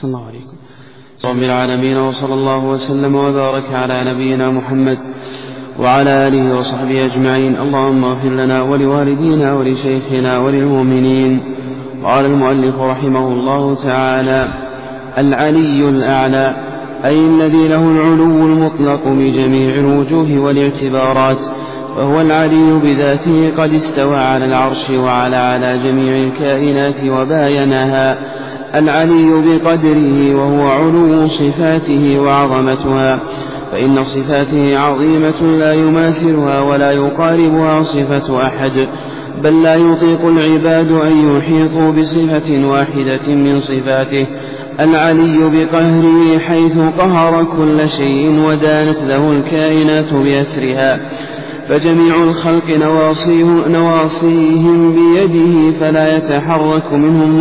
صلى الله عليكم. رب العالمين، وصلى الله وسلم وبارك على نبينا محمد وعلى آله وصحبه أجمعين. اللهم اغفر لنا ولوالدينا ولشيخنا وللمؤمنين. قال المؤلف رحمه الله تعالى: العلي الأعلى، أي الذي له العلو المطلق بجميع الوجوه والاعتبارات، فهو العلي بذاته قد استوى على العرش على جميع الكائنات وباينها. العلي بقدره، وهو علو صفاته وعظمتها، فإن صفاته عظيمة لا يماثلها ولا يقاربها صفة أحد، بل لا يطيق العباد أن يحيطوا بصفة واحدة من صفاته. العلي بقهره، حيث قهر كل شيء ودانت له الكائنات بأسرها، فجميع الخلق نواصيهم بيده، فلا يتحرك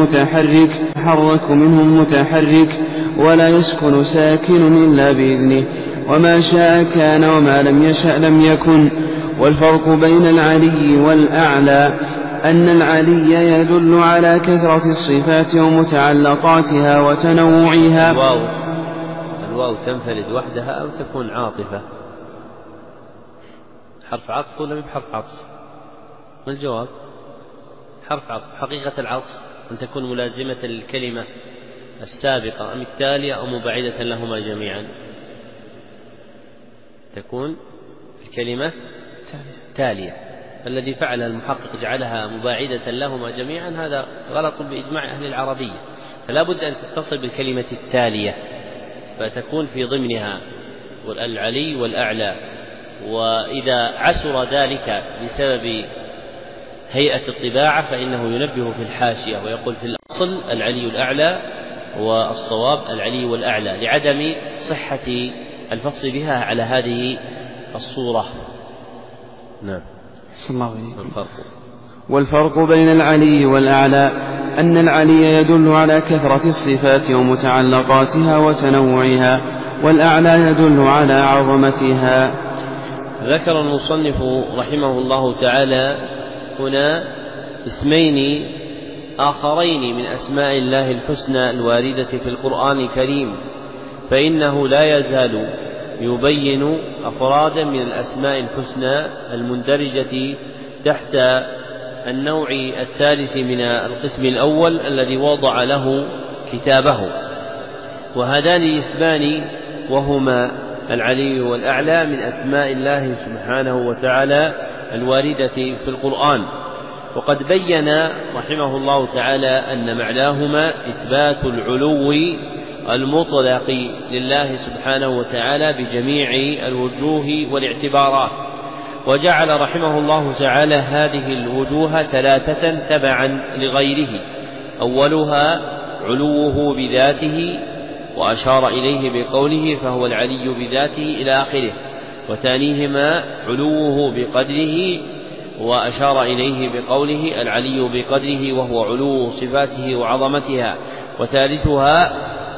منهم متحرك ولا يسكن ساكن إلا بإذنه، وما شاء كان وما لم يشأ لم يكن. والفرق بين العلي والأعلى أن العلي يدل على كثرة الصفات ومتعلقاتها وتنوعها. الواو تنفرد وحدها أو تكون عاطفة، حرف عطف ولا بحرف عطف؟ ما الجواب؟ حرف عطف. حقيقة العطف أن تكون ملازمة للكلمة السابقة أم التالية أو مبعدة لهما جميعا. تكون الكلمة تالية، الذي فعل المحقق جعلها مباعدة لهما جميعا، هذا غلط بإجماع أهل العربية، فلا بد أن تتصل بالكلمة التالية فتكون في ضمنها العلي والأعلى. وإذا عسر ذلك بسبب هيئة الطباعة فإنه ينبه في الحاشية ويقول في الأصل العلي الأعلى، والصواب العلي والأعلى، لعدم صحة الفصل بها على هذه الصورة. نعم. والفرق بين العلي والأعلى أن العلي يدل على كثرة الصفات ومتعلقاتها وتنوعها، والأعلى يدل على عظمتها. ذكر المصنف رحمه الله تعالى هنا اسمين آخرين من أسماء الله الحسنى الواردة في القرآن الكريم، فإنه لا يزال يبين أفرادا من الأسماء الحسنى المندرجة تحت النوع الثالث من القسم الأول الذي وضع له كتابه. وهذان الاسمان وهما العلي والأعلى من أسماء الله سبحانه وتعالى الواردة في القرآن، وقد بين رحمه الله تعالى أن معناهما إثبات العلو المطلق لله سبحانه وتعالى بجميع الوجوه والاعتبارات، وجعل رحمه الله تعالى هذه الوجوه ثلاثة تبعا لغيره: أولها علوه بذاته وأشار إليه بقوله فهو العلي بذاته إلى آخره، وثانيهما علوه بقدره وأشار إليه بقوله العلي بقدره وهو علو صفاته وعظمتها، وثالثها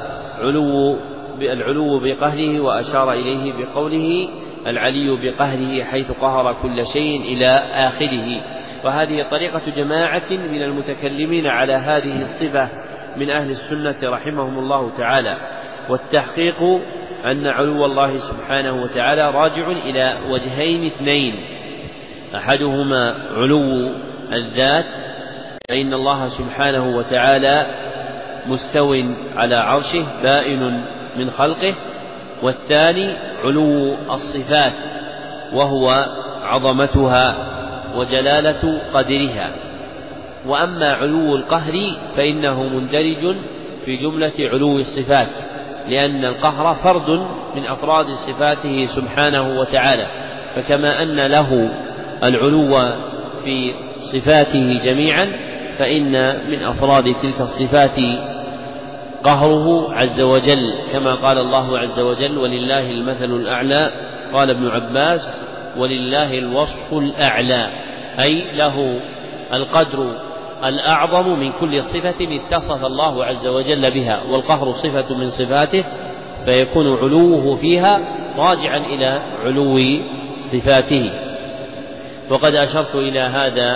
العلو بقهره وأشار إليه بقوله العلي بقهره حيث قهر كل شيء إلى آخره. وهذه طريقة جماعة من المتكلمين على هذه الصفة من أهل السنة رحمهم الله تعالى. والتحقيق أن علو الله سبحانه وتعالى راجع إلى وجهين اثنين: أحدهما علو الذات، فإن الله سبحانه وتعالى مستو على عرشه بائن من خلقه، والثاني علو الصفات وهو عظمتها وجلالة قدرها. وأما علو القهر فإنه مندرج في جملة علو الصفات، لأن القهر فرد من أفراد صفاته سبحانه وتعالى، فكما أن له العلو في صفاته جميعا فإن من أفراد تلك الصفات قهره عز وجل، كما قال الله عز وجل ولله المثل الأعلى. قال ابن عباس ولله الوصف الأعلى، أي له القدر الأعظم من كل صفة اتصف الله عز وجل بها، والقهر صفة من صفاته، فيكون علوه فيها راجعا إلى علو صفاته. وقد أشرت إلى هذا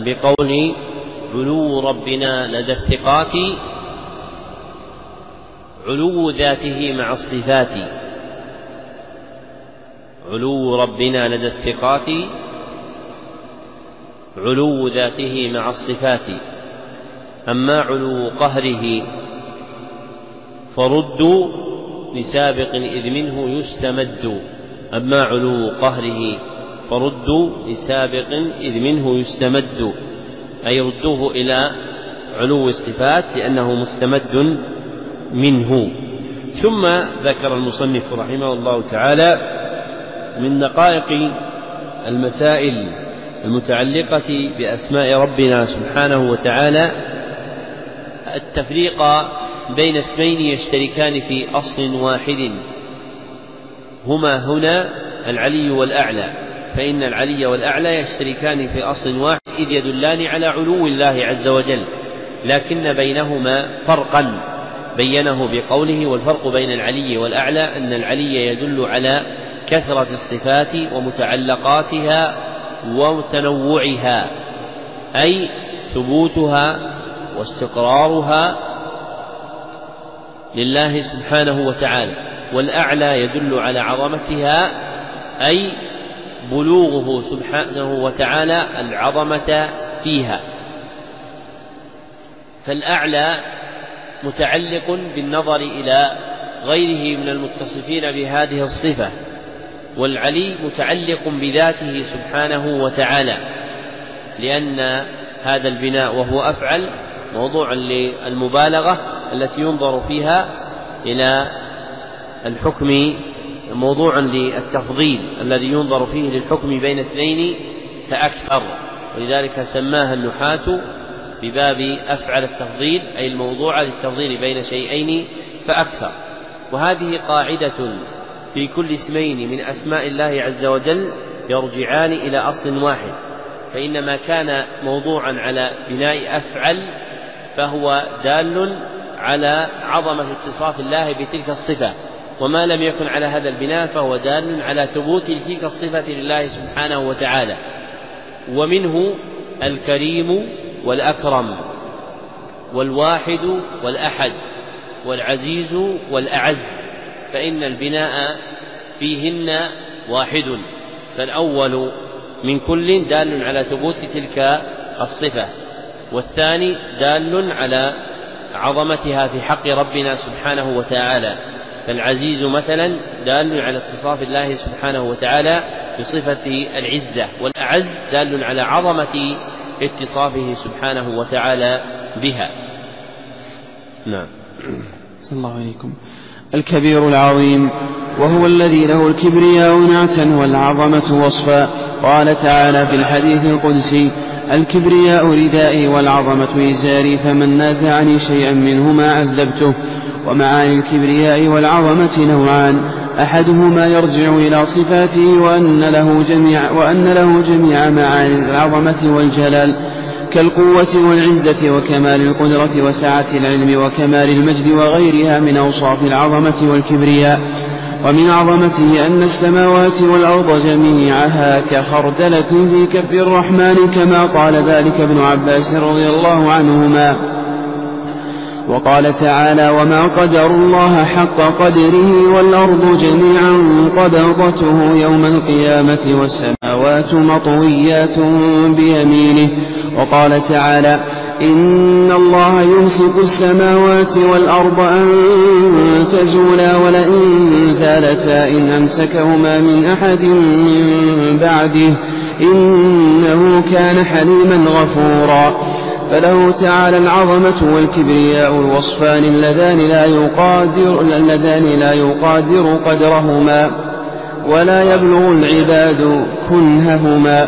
بقول علو ربنا لدى الثقات علو ذاته مع الصفات، علو ربنا لدى الثقات علو ذاته مع الصفات. أما علو قهره فرد لسابق إذ منه يستمد، أما علو قهره فرد لسابق إذ منه يستمد، أي ردوه إلى علو الصفات لأنه مستمد منه. ثم ذكر المصنف رحمه الله تعالى من دقائق المسائل المتعلقة بأسماء ربنا سبحانه وتعالى التفريق بين اسمين يشتركان في أصل واحد، هما هنا العلي والأعلى، فإن العلي والأعلى يشتركان في أصل واحد إذ يدلان على علو الله عز وجل، لكن بينهما فرقا بينه بقوله: والفرق بين العلي والأعلى أن العلي يدل على كثرة الصفات ومتعلقاتها وتنوعها، أي ثبوتها واستقرارها لله سبحانه وتعالى، والأعلى يدل على عظمتها أي بلوغه سبحانه وتعالى العظمة فيها. فالأعلى متعلق بالنظر إلى غيره من المتصفين بهذه الصفة، والعلي متعلق بذاته سبحانه وتعالى، لأن هذا البناء وهو أفعل موضوع للمبالغة التي ينظر فيها إلى الحكم، موضوع للتفضيل الذي ينظر فيه للحكم بين اثنين فأكثر، ولذلك سماها النحاة بباب أفعل التفضيل، أي الموضوع للتفضيل بين شيئين فأكثر. وهذه قاعدة في كل اسمين من أسماء الله عز وجل يرجعان إلى أصل واحد، فإنما كان موضوعا على بناء أفعل فهو دال على عظمة اتصاف الله بتلك الصفة، وما لم يكن على هذا البناء فهو دال على ثبوت تلك الصفة لله سبحانه وتعالى. ومنه الكريم والأكرم والواحد والأحد والعزيز والأعز، فإن البناء فيهن واحد، فالأول من كل دال على ثبوت تلك الصفة، والثاني دال على عظمتها في حق ربنا سبحانه وتعالى، فالعزيز مثلا دال على اتصاف الله سبحانه وتعالى بصفة العزة، والأعز دال على عظمة اتصافه سبحانه وتعالى بها. نعم. صلى الله عليكم. الكبير العظيم وهو الذي له الكبرياء نعتا والعظمة وصفا. قال تعالى في الحديث القدسي: الكبرياء ردائي والعظمة إزاري، فمن نازعني شيئا منهما عذبته. ومعاني الكبرياء والعظمة نوعان: أحدهما يرجع إلى صفاته وأن له جميع معاني العظمة والجلال كالقوة والعزة وكمال القدرة وسعة العلم وكمال المجد وغيرها من أوصاف العظمة والكبرياء. ومن عظمته أن السماوات والأرض جميعها كخردلة في كف الرحمن، كما قال ذلك ابن عباس رضي الله عنهما. وقال تعالى: وما قدر الله حق قدره والأرض جميعا قبضته يوم القيامة والسماوات مطويات بيمينه. وقال تعالى: إن الله يمسك السماوات والأرض أن تزولا ولئن زالتا إن أمسكهما من أحد من بعده إنه كان حليما غفورا. فله تعالى العظمة والكبرياء الوصفان اللذان لا يقادر قدرهما ولا يبلغ العباد كنههما،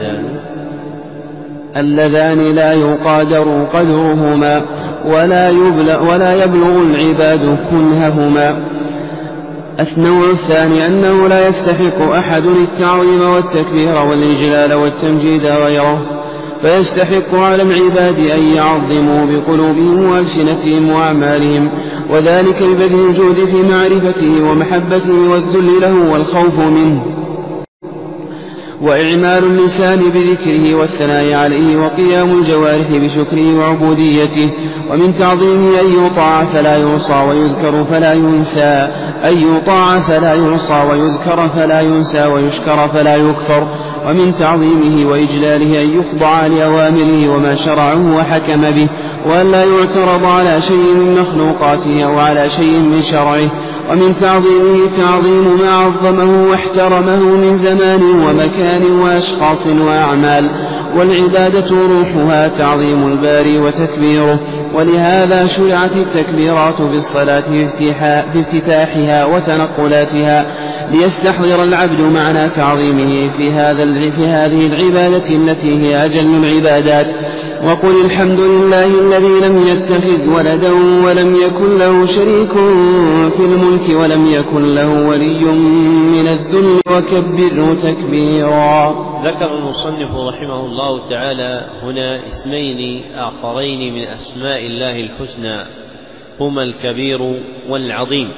اللذان لا يقادر قدرهما ولا يبلغ العباد كنههما. النوع الثاني أنه لا يستحق أحد التعظيم والتكبير والإجلال والتمجيد غيره، فيستحق على العباد أن يعظموا بقلوبهم وألسنتهم وأعمالهم، وذلك ببذل الجهد في معرفته ومحبته والذل له والخوف منه. وإعمال اللسان بذكره والثناء عليه وقيام الجوارح بشكره وعبوديته. ومن تعظيمه أن يطاع فلا يعصى ويذكر فلا ينسى، أن يطاع فلا يعصى ويذكر فلا ينسى ويشكر فلا يكفر. ومن تعظيمه وإجلاله أن يخضع لأوامره وما شرعه وحكم به، وأن لا يعترض على شيء من مخلوقاته أو على شيء من شرعه. ومن تعظيمه تعظيم ما عظمه واحترمه من زمان ومكان وأشخاص وأعمال. والعبادة روحها تعظيم الباري وتكبيره، ولهذا شرعت التكبيرات بالصلاة في افتتاحها وتنقلاتها، ليستحضر العبد معنى تعظيمه في هذه العبادة التي هي أجل العبادات. وقل الحمد لله الذي لم يتخذ ولدا ولم يكن له شريك في الملك ولم يكن له ولي من الذل وكبره تكبيرا. ذكر المصنف رحمه الله تعالى هنا اسمين آخرين من أسماء الله الحسنى هما الكبير والعظيم.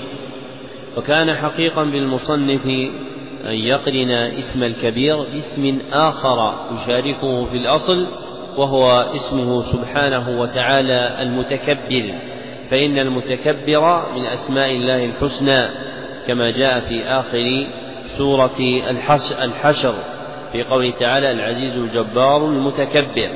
وكان حقيقا بالمصنف أن يقرن اسم الكبير باسم آخر يشاركه في الأصل، وهو اسمه سبحانه وتعالى المتكبر، فإن المتكبر من أسماء الله الحسنى كما جاء في آخر سورة الحشر في قوله تعالى العزيز الجبار المتكبر.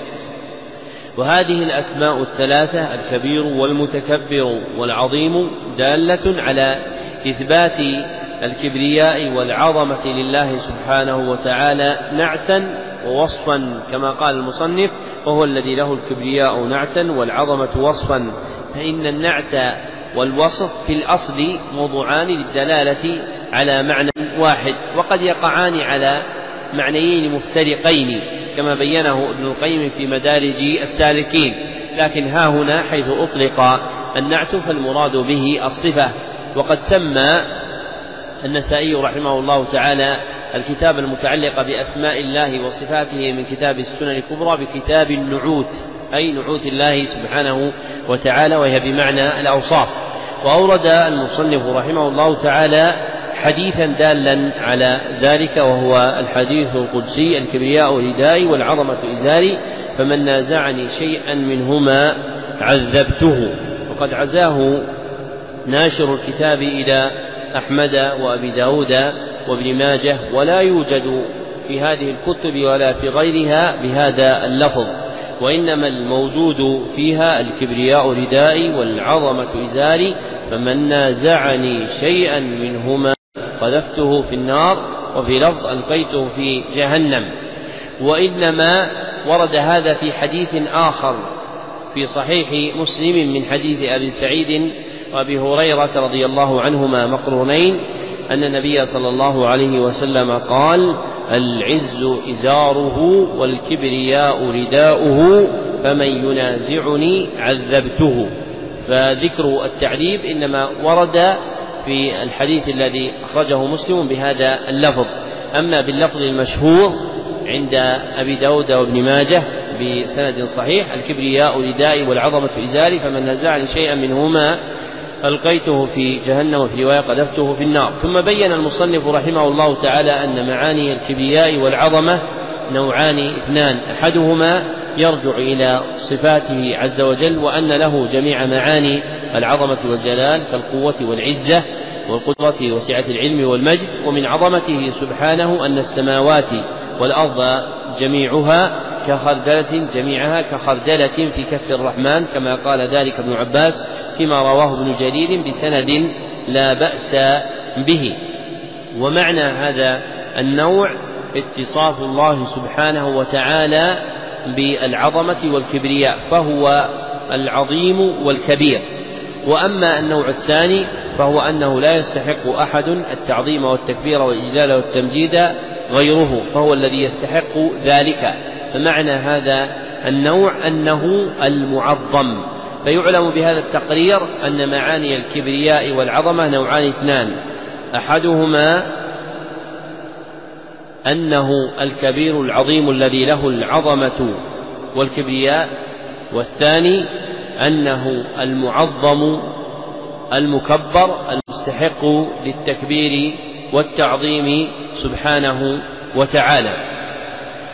وهذه الأسماء الثلاثة الكبير والمتكبر والعظيم دالة على إثبات الكبرياء والعظمة لله سبحانه وتعالى نعتا ووصفا كما قال المصنف، وهو الذي له الكبرياء نعتا والعظمة وصفا، فإن النعت والوصف في الأصل موضوعان للدلالة على معنى واحد، وقد يقعان على معنيين مفترقين كما بينه ابن القيم في مدارج السالكين، لكن ها هنا حيث أطلق النعت فالمراد به الصفة. وقد سمى النسائي رحمه الله تعالى الكتاب المتعلق بأسماء الله وصفاته من كتاب السنن الكبرى بكتاب النعوت، أي نعوت الله سبحانه وتعالى، وهي بمعنى الأوصاف. وأورد المصنف رحمه الله تعالى حديثا دالا على ذلك، وهو الحديث القدسي الكبرياء ردائي والعظمة إزاري، فمن نازعني شيئا منهما عذبته. وقد عزاه ناشر الكتاب إلى أحمد وأبي داود وابن ماجه، ولا يوجد في هذه الكتب ولا في غيرها بهذا اللفظ، وإنما الموجود فيها الكبرياء ردائي والعظمة إزاري، فمن نازعني شيئا منهما قذفته في النار، وفي لفظ ألقيته في جهنم. وإنما ورد هذا في حديث آخر في صحيح مسلم من حديث أبي سعيد وأبي هريرة رضي الله عنهما مقرونين أن النبي صلى الله عليه وسلم قال: العز إزاره والكبرياء رداؤه، فمن ينازعني عذبته. فذكر التعذيب إنما ورد في الحديث الذي أخرجه مسلم بهذا اللفظ. أما باللفظ المشهور عند أبي داود وابن ماجه بسند صحيح: الكبرياء ردائي والعظمة إزاري، فمن نزعني شيئا منهما ألقيته في جهنم، وفي رواية قذفته في النار. ثم بين المصنف رحمه الله تعالى أن معاني الكبرياء والعظمة نوعان اثنان: أحدهما يرجع إلى صفاته عز وجل، وأن له جميع معاني العظمة والجلال كالقوة والعزة والقدرة وسعة العلم والمجد. ومن عظمته سبحانه أن السماوات والأرض جميعها كخردلة في كف الرحمن، كما قال ذلك ابن عباس فيما رواه ابن جرير بسند لا بأس به. ومعنى هذا النوع اتصاف الله سبحانه وتعالى بالعظمة والكبرياء، فهو العظيم والكبير. وأما النوع الثاني فهو أنه لا يستحق أحد التعظيم والتكبير والإجلال والتمجيد غيره، فهو الذي يستحق ذلك. فمعنى هذا النوع أنه المعظم. فيعلم بهذا التقرير أن معاني الكبرياء والعظمة نوعان اثنان: أحدهما أنه الكبير العظيم الذي له العظمة والكبرياء، والثاني أنه المعظم المكبر المستحق للتكبير والتعظيم سبحانه وتعالى.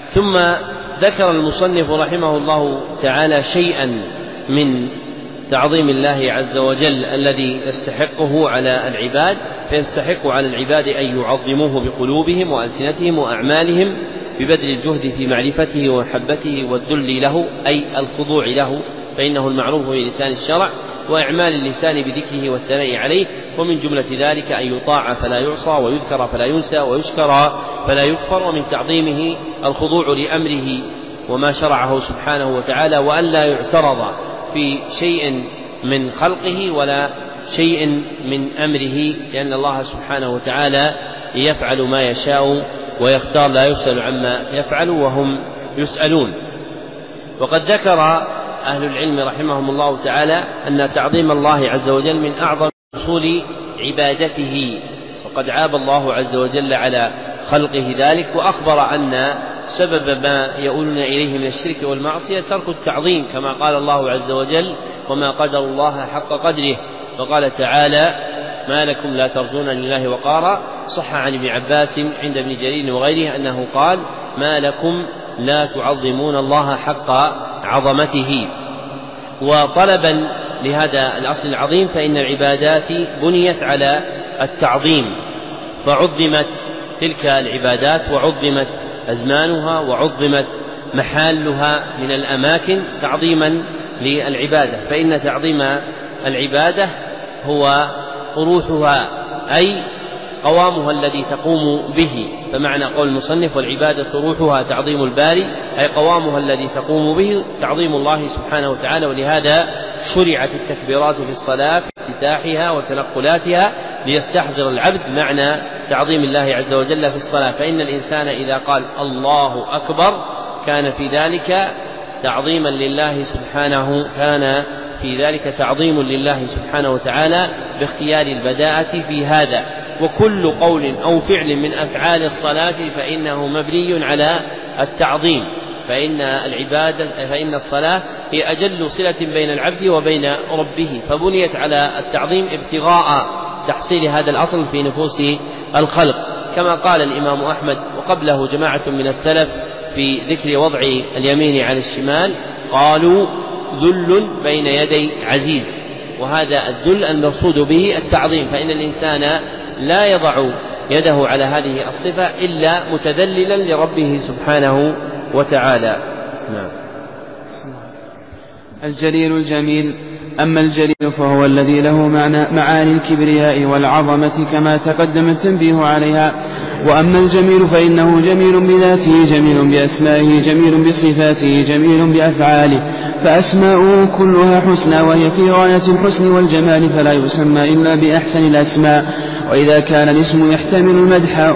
ثم ذكر المصنف رحمه الله تعالى شيئا من تعظيم الله عز وجل الذي يستحقه على العباد، فيستحق على العباد أن يعظموه بقلوبهم وألسنتهم وأعمالهم ببذل الجهد في معرفته ومحبته والذل له، أي الخضوع له، فإنه المعروف في لسان الشرع، وإعمال اللسان بذكره والثناء عليه، ومن جملة ذلك أن يطاع فلا يعصى، ويذكر فلا ينسى، ويشكر فلا يكفر، ومن تعظيمه الخضوع لأمره وما شرعه سبحانه وتعالى، وأن لا يعترض في شيء من خلقه ولا شيء من أمره، لأن الله سبحانه وتعالى يفعل ما يشاء ويختار، لا يسأل عما يفعل وهم يسألون. وقد ذكر أهل العلم رحمهم الله تعالى أن تعظيم الله عز وجل من أعظم أصول عبادته، وقد عاب الله عز وجل على خلقه ذلك، وأخبر أن سبب ما يؤولون إليه من الشرك والمعصية ترك التعظيم، كما قال الله عز وجل: وما قدر الله حق قدره. وقال تعالى: ما لكم لا ترجون لله وقارا. صح عن ابن عباس عند ابن جرير وغيره أنه قال: ما لكم لا تعظمون الله حق عظمته. وطلبا لهذا الأصل العظيم فإن العبادات بنيت على التعظيم، فعظمت تلك العبادات وعظمت أزمانها وعظمت محالها من الأماكن تعظيما للعبادة، فإن تعظيم العبادة هو روحها، أي قوامها الذي تقوم به. فمعنى قول المصنف: والعبادة روحها تعظيم الباري، أي قوامها الذي تقوم به تعظيم الله سبحانه وتعالى. ولهذا شرعت التكبيرات في الصلاة في افتتاحها وتنقلاتها ليستحضر العبد معنى تعظيم الله عز وجل في الصلاة، فإن الإنسان إذا قال الله أكبر كان في ذلك تعظيما لله سبحانه، كان في ذلك تعظيم لله سبحانه وتعالى باختيار البداءة في هذا. وكل قول أو فعل من أفعال الصلاة فإنه مبني على التعظيم، فإن الصلاة هي أجل صلة بين العبد وبين ربه، فبنيت على التعظيم ابتغاء تحصيل هذا الأصل في نفوس الخلق، كما قال الإمام أحمد وقبله جماعة من السلف في ذكر وضع اليمين على الشمال: قالوا ذل بين يدي عزيز. وهذا الذل المقصود به التعظيم، فإن الإنسان لا يضع يده على هذه الصفة إلا متذللا لربه سبحانه وتعالى. نعم. الجليل الجميل. أما الجليل فهو الذي له معاني الكبرياء والعظمة كما تقدم التنبيه عليها. وأما الجميل فإنه جميل بذاته، جميل بأسمائه، جميل بصفاته، جميل بأفعاله، فأسماؤه كلها حسنى، وهي في غاية الحسن والجمال، فلا يسمى إلا بأحسن الأسماء. وإذا كان الاسم يحتمل المدح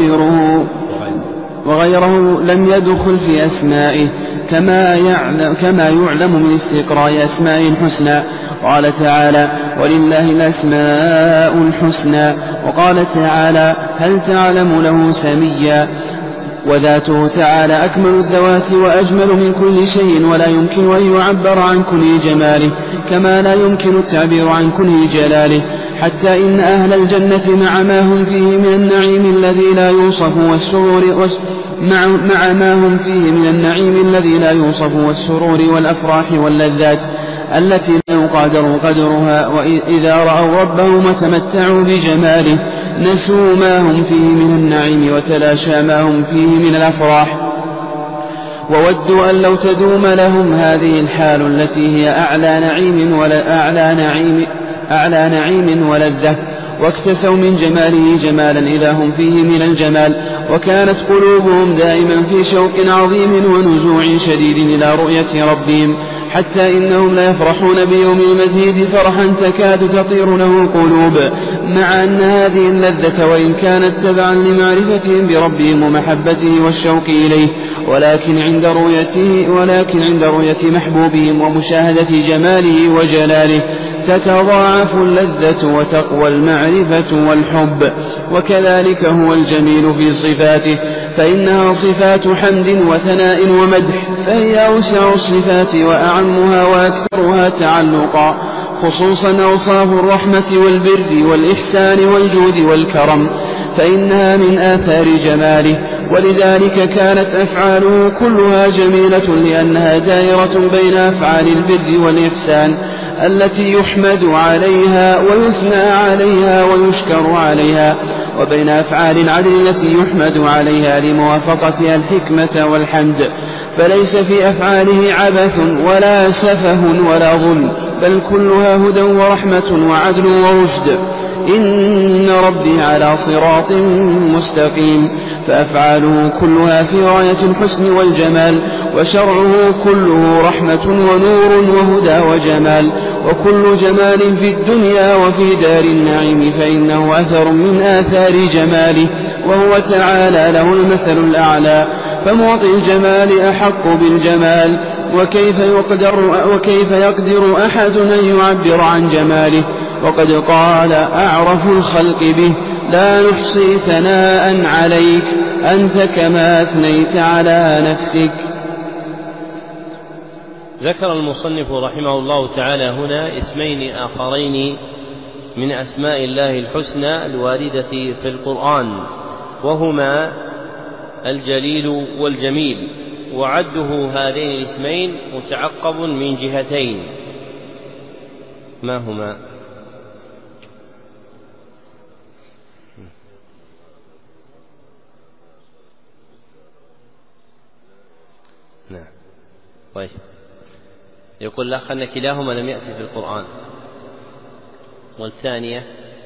وغيره لم يدخل في أسمائه، كما يعلم من استقراء أسماء الحسنى. قال تعالى: ولله الأسماء الحسنى. وقال تعالى: هل تعلم له سميا. وذاته تعالى أكمل الذوات وأجمل من كل شيء، ولا يمكن أن يعبر عن كل جماله، كما لا يمكن التعبير عن كل جلاله، حتى إن أهل الجنة مع ما هم فيه من النعيم الذي لا يوصف والسرور مع ما هم فيه من النعيم الذي لا يوصف والسرور والأفراح واللذات التي لا يقدر قدرها، وإذا رأوا ربهم تمتعوا بجماله، نسوا ما هم فيه من النعيم وتلاشى ما هم فيه من الأفراح، وودوا أن لو تدوم لهم هذه الحال التي هي أعلى نعيم ولذة، واكتسوا من جماله جمالا إذا هم فيه من الجمال، وكانت قلوبهم دائما في شوق عظيم ونزوع شديد إلى رؤية ربهم، حتى إنهم لا يفرحون بيوم المزيد فرحا تكاد تطير له القلوب، مع أن هذه اللذة وإن كانت تبعا لمعرفتهم بربهم ومحبته والشوق إليه، ولكن عند رؤية محبوبهم ومشاهدة جماله وجلاله تتضاعف اللذة وتقوى المعرفة والحب. وكذلك هو الجميل في صفاته، فإنها صفات حمد وثناء ومدح، فهي أوسع الصفات وأعمها وأكثرها تعلقا، خصوصا أوصاف الرحمة والبر والإحسان والجود والكرم، فإنها من آثار جماله ولذلك كانت أفعاله كلها جميلة، لأنها دائرة بين أفعال البر والإحسان التي يحمد عليها ويثنى عليها ويشكر عليها، وبين أفعال العدل التي يحمد عليها لموافقتها الحكمة والحمد. فليس في أفعاله عبث ولا سفه ولا ظلم، بل كلها هدى ورحمة وعدل ورشد. إن ربي على صراط مستقيم. فأفعاله كلها في غاية الحسن والجمال، وشرعه كله رحمة ونور وهدى وجمال. وكل جمال في الدنيا وفي دار النعيم فإنه أثر من آثار جماله، وهو تعالى له المثل الأعلى، فمعطي الجمال أحق بالجمال. وكيف يقدر أحد أن يعبر عن جماله؟ وقد قال أعرف الخلق به: لا نحصي ثناء عليك أنت كما أثنيت على نفسك. ذكر المصنف رحمه الله تعالى هنا اسمين آخرين من أسماء الله الحسنى الواردة في القرآن، وهما الجليل والجميل، وعده هذين الاسمين متعقب من جهتين. ما هما؟ نعم. طيب، يقول الأخ أن كلاهما لم يأتي في القرآن. والثانية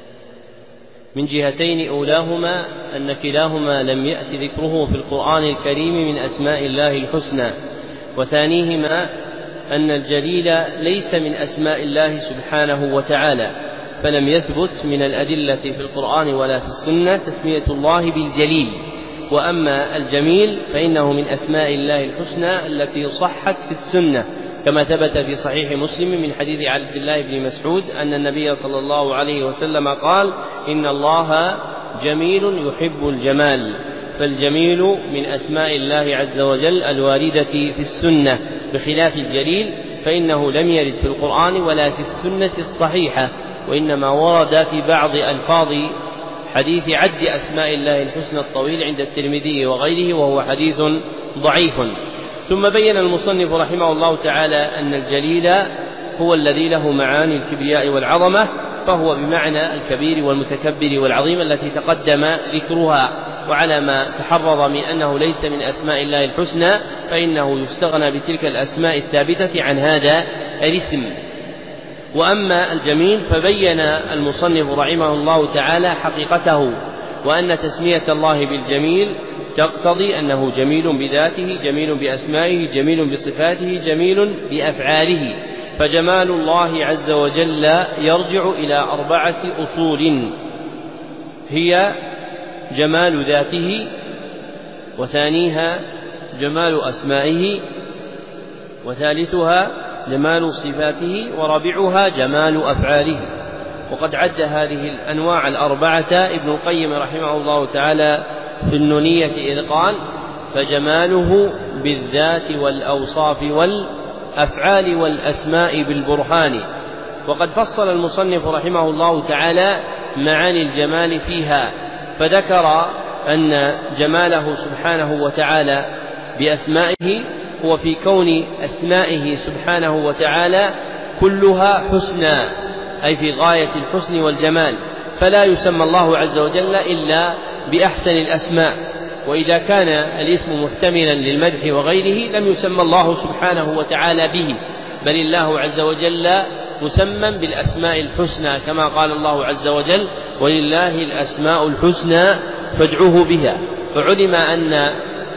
من جهتين: أولاهما أن كلاهما لم يأتي ذكره في القرآن الكريم من أسماء الله الحسنى، وثانيهما أن الجليل ليس من أسماء الله سبحانه وتعالى، فلم يثبت من الأدلة في القرآن ولا في السنة تسمية الله بالجليل. وأما الجميل فإنه من أسماء الله الحسنى التي صحت في السنة، كما ثبت في صحيح مسلم من حديث عبد الله بن مسعود أن النبي صلى الله عليه وسلم قال: إن الله جميل يحب الجمال. فالجميل من أسماء الله عز وجل الواردة في السنة، بخلاف الجليل فإنه لم يرد في القرآن ولا في السنة الصحيحة، وإنما ورد في بعض ألفاظ حديث عد أسماء الله الحسنى الطويل عند الترمذي وغيره، وهو حديث ضعيف. ثم بين المصنف رحمه الله تعالى أن الجليل هو الذي له معاني الكبرياء والعظمة، فهو بمعنى الكبير والمتكبر والعظيم التي تقدم ذكرها. وعلى ما تحرر من أنه ليس من أسماء الله الحسنى فإنه يستغنى بتلك الأسماء الثابتة عن هذا الاسم. وأما الجميل فبين المصنف رحمه الله تعالى حقيقته، وأن تسمية الله بالجميل تقتضي أنه جميل بذاته، جميل بأسمائه، جميل بصفاته، جميل بأفعاله. فجمال الله عز وجل يرجع إلى 4 أصول: هي جمال ذاته، وثانيها جمال أسمائه، وثالثها جمال صفاته، ورابعها جمال أفعاله. وقد عد هذه الأنواع 4 ابن القيم رحمه الله تعالى في النونية إذ قال: فجماله بالذات والأوصاف والأفعال والأسماء بالبرهان. وقد فصل المصنف رحمه الله تعالى معاني الجمال فيها، فذكر أن جماله سبحانه وتعالى بأسمائه هو في كون أسمائه سبحانه وتعالى كلها حسنى، أي في غاية الحسن والجمال، فلا يسمى الله عز وجل إلا بأحسن الأسماء. وإذا كان الاسم محتملا للمدح وغيره لم يسمى الله سبحانه وتعالى به، بل الله عز وجل مسمى بالأسماء الحسنى، كما قال الله عز وجل: ولله الأسماء الحسنى فادعوه بها. فعلم أن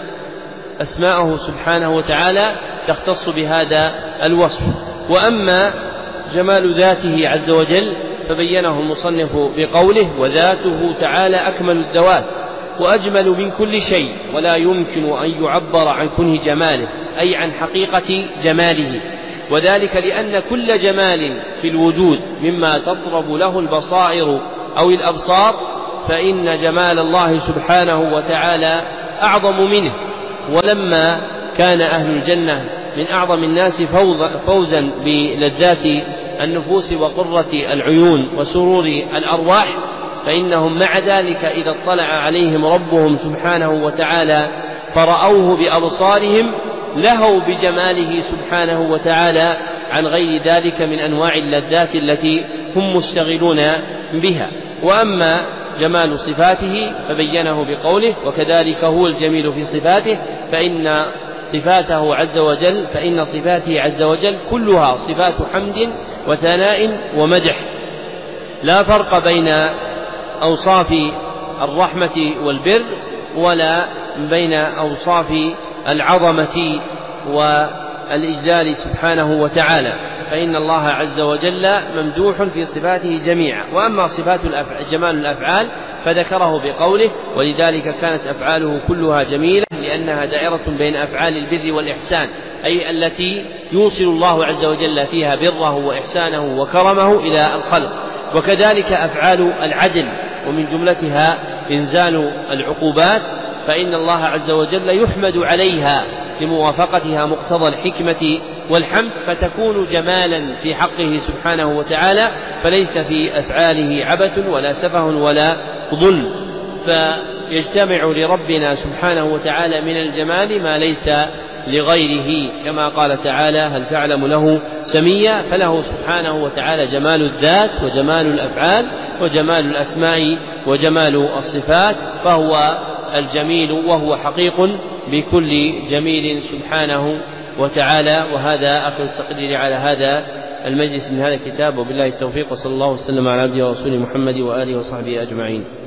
أسماءه سبحانه وتعالى تختص بهذا الوصف. وأما جمال ذاته عز وجل فبينه المصنف بقوله: وذاته تعالى أكمل الذوات وأجمل من كل شيء، ولا يمكن أن يعبر عن كنه جماله، أي عن حقيقة جماله. وذلك لأن كل جمال في الوجود مما تطرب له البصائر أو الأبصار فإن جمال الله سبحانه وتعالى أعظم منه. ولما كان أهل الجنة من أعظم الناس فوزا بلذات النفوس وقرة العيون وسرور الأرواح، فإنهم مع ذلك إذا اطلع عليهم ربهم سبحانه وتعالى فرأوه بأبصارهم لهوا بجماله سبحانه وتعالى عن غير ذلك من أنواع اللذات التي هم مشتغلون بها. وأما جمال صفاته فبينه بقوله: وكذلك هو الجميل في صفاته فإن صفاته عز وجل كلها صفات حمد وثناء ومدح، لا فرق بين أوصاف الرحمة والبر ولا بين أوصاف العظمة والإجلال سبحانه وتعالى، فإن الله عز وجل ممدوح في صفاته جميعا. وأما صفات جمال الأفعال فذكره بقوله: ولذلك كانت أفعاله كلها جميلة لأنها دائرة بين أفعال البر والإحسان، أي التي يوصل الله عز وجل فيها بره وإحسانه وكرمه إلى الخلق. وكذلك أفعال العدل ومن جملتها إنزال العقوبات، فإن الله عز وجل يحمد عليها لموافقتها مقتضى الحكمة والحمد، فتكون جمالا في حقه سبحانه وتعالى، فليس في أفعاله عبث ولا سفه ولا ظلم، فيجتمع لربنا سبحانه وتعالى من الجمال ما ليس لغيره، كما قال تعالى: هل تعلم له سميا؟ فله سبحانه وتعالى جمال الذات وجمال الأفعال وجمال الأسماء وجمال الصفات، فهو الجميل وهو حقيق بكل جميل سبحانه وتعالى. وهذا آخر التقرير على هذا المجلس من هذا الكتاب، وبالله التوفيق، وصلى الله وسلم على عبده ورسوله محمد وآله وصحبه أجمعين.